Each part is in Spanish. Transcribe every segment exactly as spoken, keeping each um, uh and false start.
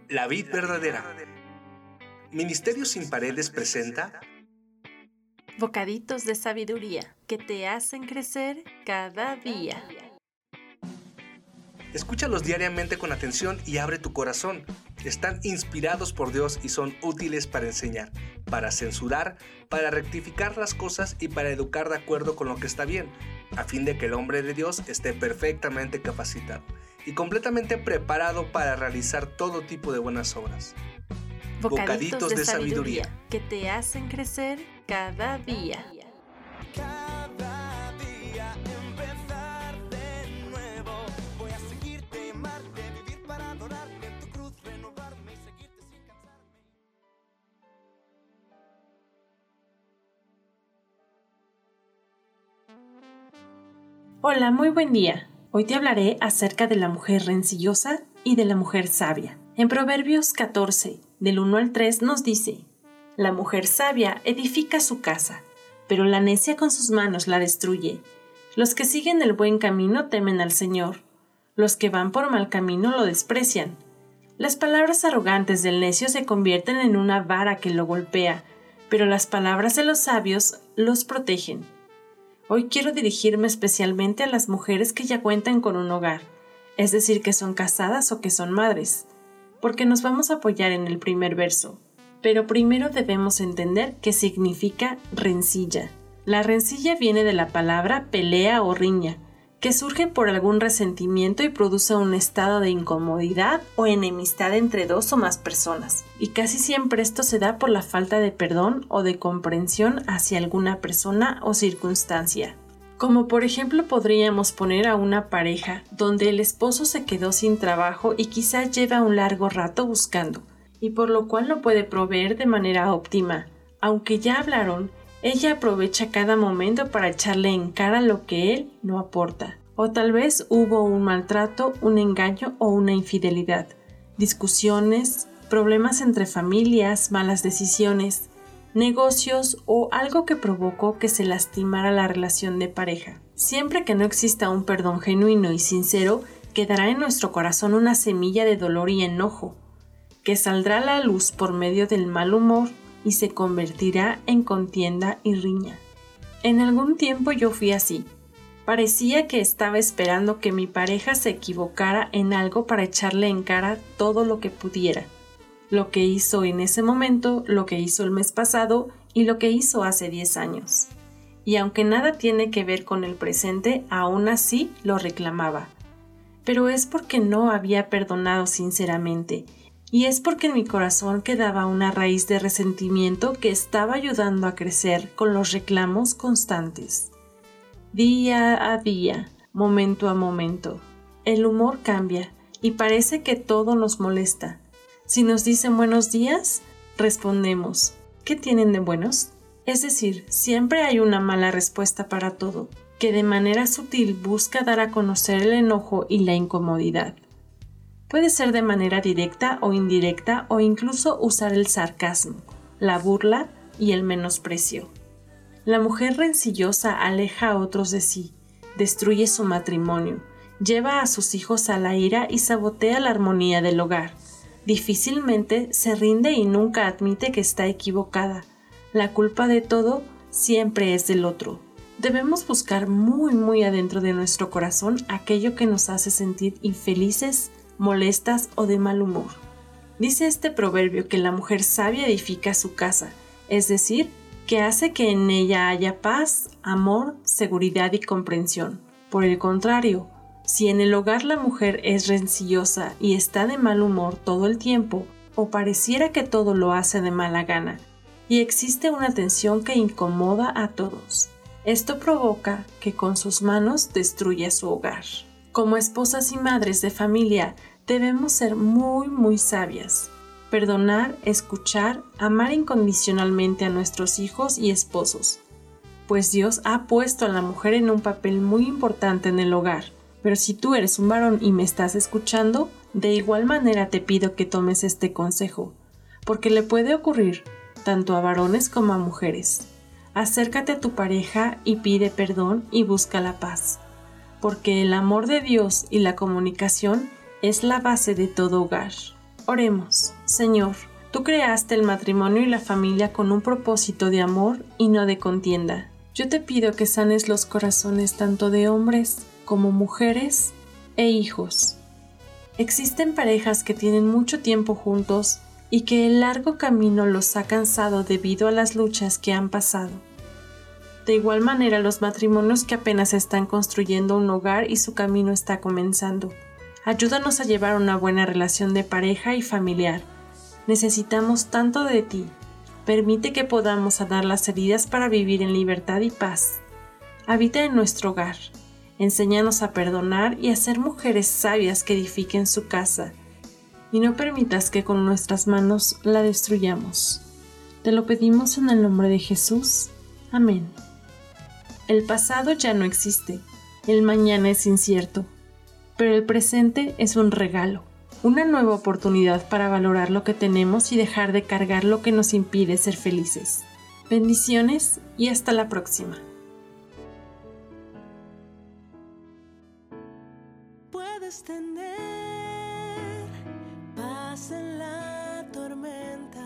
La vid verdadera. Ministerio sin paredes presenta Bocaditos de sabiduría que te hacen crecer cada día. Escúchalos diariamente con atención y abre tu corazón. Están inspirados por Dios y son útiles para enseñar, para censurar, para rectificar las cosas y para educar de acuerdo con lo que está bien, a fin de que el hombre de Dios esté perfectamente capacitado y completamente preparado para realizar todo tipo de buenas obras. Bocaditos, Bocaditos de, de sabiduría, sabiduría que te hacen crecer cada día. Cada día empezar de nuevo. Voy a seguirte, amarte, vivir para adorarte, en tu cruz renovarme y seguirte sin cansarme. Hola, muy buen día. Hoy te hablaré acerca de la mujer rencillosa y de la mujer sabia. En Proverbios catorce, del uno al tres, nos dice: La mujer sabia edifica su casa, pero la necia con sus manos la destruye. Los que siguen el buen camino temen al Señor. Los que van por mal camino lo desprecian. Las palabras arrogantes del necio se convierten en una vara que lo golpea, pero las palabras de los sabios los protegen. Hoy quiero dirigirme especialmente a las mujeres que ya cuentan con un hogar, es decir, que son casadas o que son madres, porque nos vamos a apoyar en el primer verso. Pero primero debemos entender qué significa rencilla. La rencilla viene de la palabra pelea o riña, que surge por algún resentimiento y produce un estado de incomodidad o enemistad entre dos o más personas. Y casi siempre esto se da por la falta de perdón o de comprensión hacia alguna persona o circunstancia. Como por ejemplo podríamos poner a una pareja donde el esposo se quedó sin trabajo y quizá lleva un largo rato buscando, y por lo cual no puede proveer de manera óptima. Aunque ya hablaron, ella aprovecha cada momento para echarle en cara lo que él no aporta. O tal vez hubo un maltrato, un engaño o una infidelidad, discusiones, problemas entre familias, malas decisiones, negocios o algo que provocó que se lastimara la relación de pareja. Siempre que no exista un perdón genuino y sincero, quedará en nuestro corazón una semilla de dolor y enojo, que saldrá a la luz por medio del mal humor y se convertirá en contienda y riña. En algún tiempo yo fui así. Parecía que estaba esperando que mi pareja se equivocara en algo para echarle en cara todo lo que pudiera. Lo que hizo en ese momento, lo que hizo el mes pasado y lo que hizo hace diez años. Y aunque nada tiene que ver con el presente, aún así lo reclamaba. Pero es porque no había perdonado sinceramente, y es porque en mi corazón quedaba una raíz de resentimiento que estaba ayudando a crecer con los reclamos constantes. Día a día, momento a momento, el humor cambia y parece que todo nos molesta. Si nos dicen buenos días, respondemos, ¿qué tienen de buenos? Es decir, siempre hay una mala respuesta para todo, que de manera sutil busca dar a conocer el enojo y la incomodidad. Puede ser de manera directa o indirecta o incluso usar el sarcasmo, la burla y el menosprecio. La mujer rencillosa aleja a otros de sí, destruye su matrimonio, lleva a sus hijos a la ira y sabotea la armonía del hogar. Difícilmente se rinde y nunca admite que está equivocada. La culpa de todo siempre es del otro. Debemos buscar muy muy adentro de nuestro corazón aquello que nos hace sentir infelices, molestas o de mal humor. Dice este proverbio que la mujer sabia edifica su casa, es decir, que hace que en ella haya paz, amor, seguridad y comprensión. Por el contrario, si en el hogar la mujer es rencillosa y está de mal humor todo el tiempo, o pareciera que todo lo hace de mala gana, y existe una tensión que incomoda a todos, esto provoca que con sus manos destruya su hogar. Como esposas y madres de familia, debemos ser muy muy sabias. Perdonar, escuchar, amar incondicionalmente a nuestros hijos y esposos, pues Dios ha puesto a la mujer en un papel muy importante en el hogar. Pero si tú eres un varón y me estás escuchando, de igual manera te pido que tomes este consejo, porque le puede ocurrir tanto a varones como a mujeres. Acércate a tu pareja y pide perdón y busca la paz, porque el amor de Dios y la comunicación es la base de todo hogar. Oremos. Señor, tú creaste el matrimonio y la familia con un propósito de amor y no de contienda. Yo te pido que sanes los corazones tanto de hombres como mujeres e hijos. Existen parejas que tienen mucho tiempo juntos y que el largo camino los ha cansado debido a las luchas que han pasado. De igual manera, los matrimonios que apenas están construyendo un hogar y su camino está comenzando. Ayúdanos a llevar una buena relación de pareja y familiar. Necesitamos tanto de ti. Permite que podamos sanar las heridas para vivir en libertad y paz. Habita en nuestro hogar. Enséñanos a perdonar y a ser mujeres sabias que edifiquen su casa. Y no permitas que con nuestras manos la destruyamos. Te lo pedimos en el nombre de Jesús. Amén. El pasado ya no existe. El mañana es incierto. Pero el presente es un regalo. Una nueva oportunidad para valorar lo que tenemos y dejar de cargar lo que nos impide ser felices. Bendiciones y hasta la próxima. Puedes tener paz en la tormenta,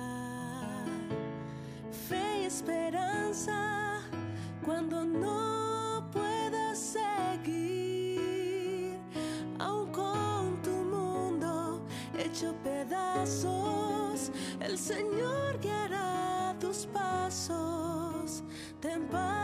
fe y esperanza cuando no puedas seguir, aun con tu mundo hecho pedazos, el Señor guiará tus pasos. Ten paz.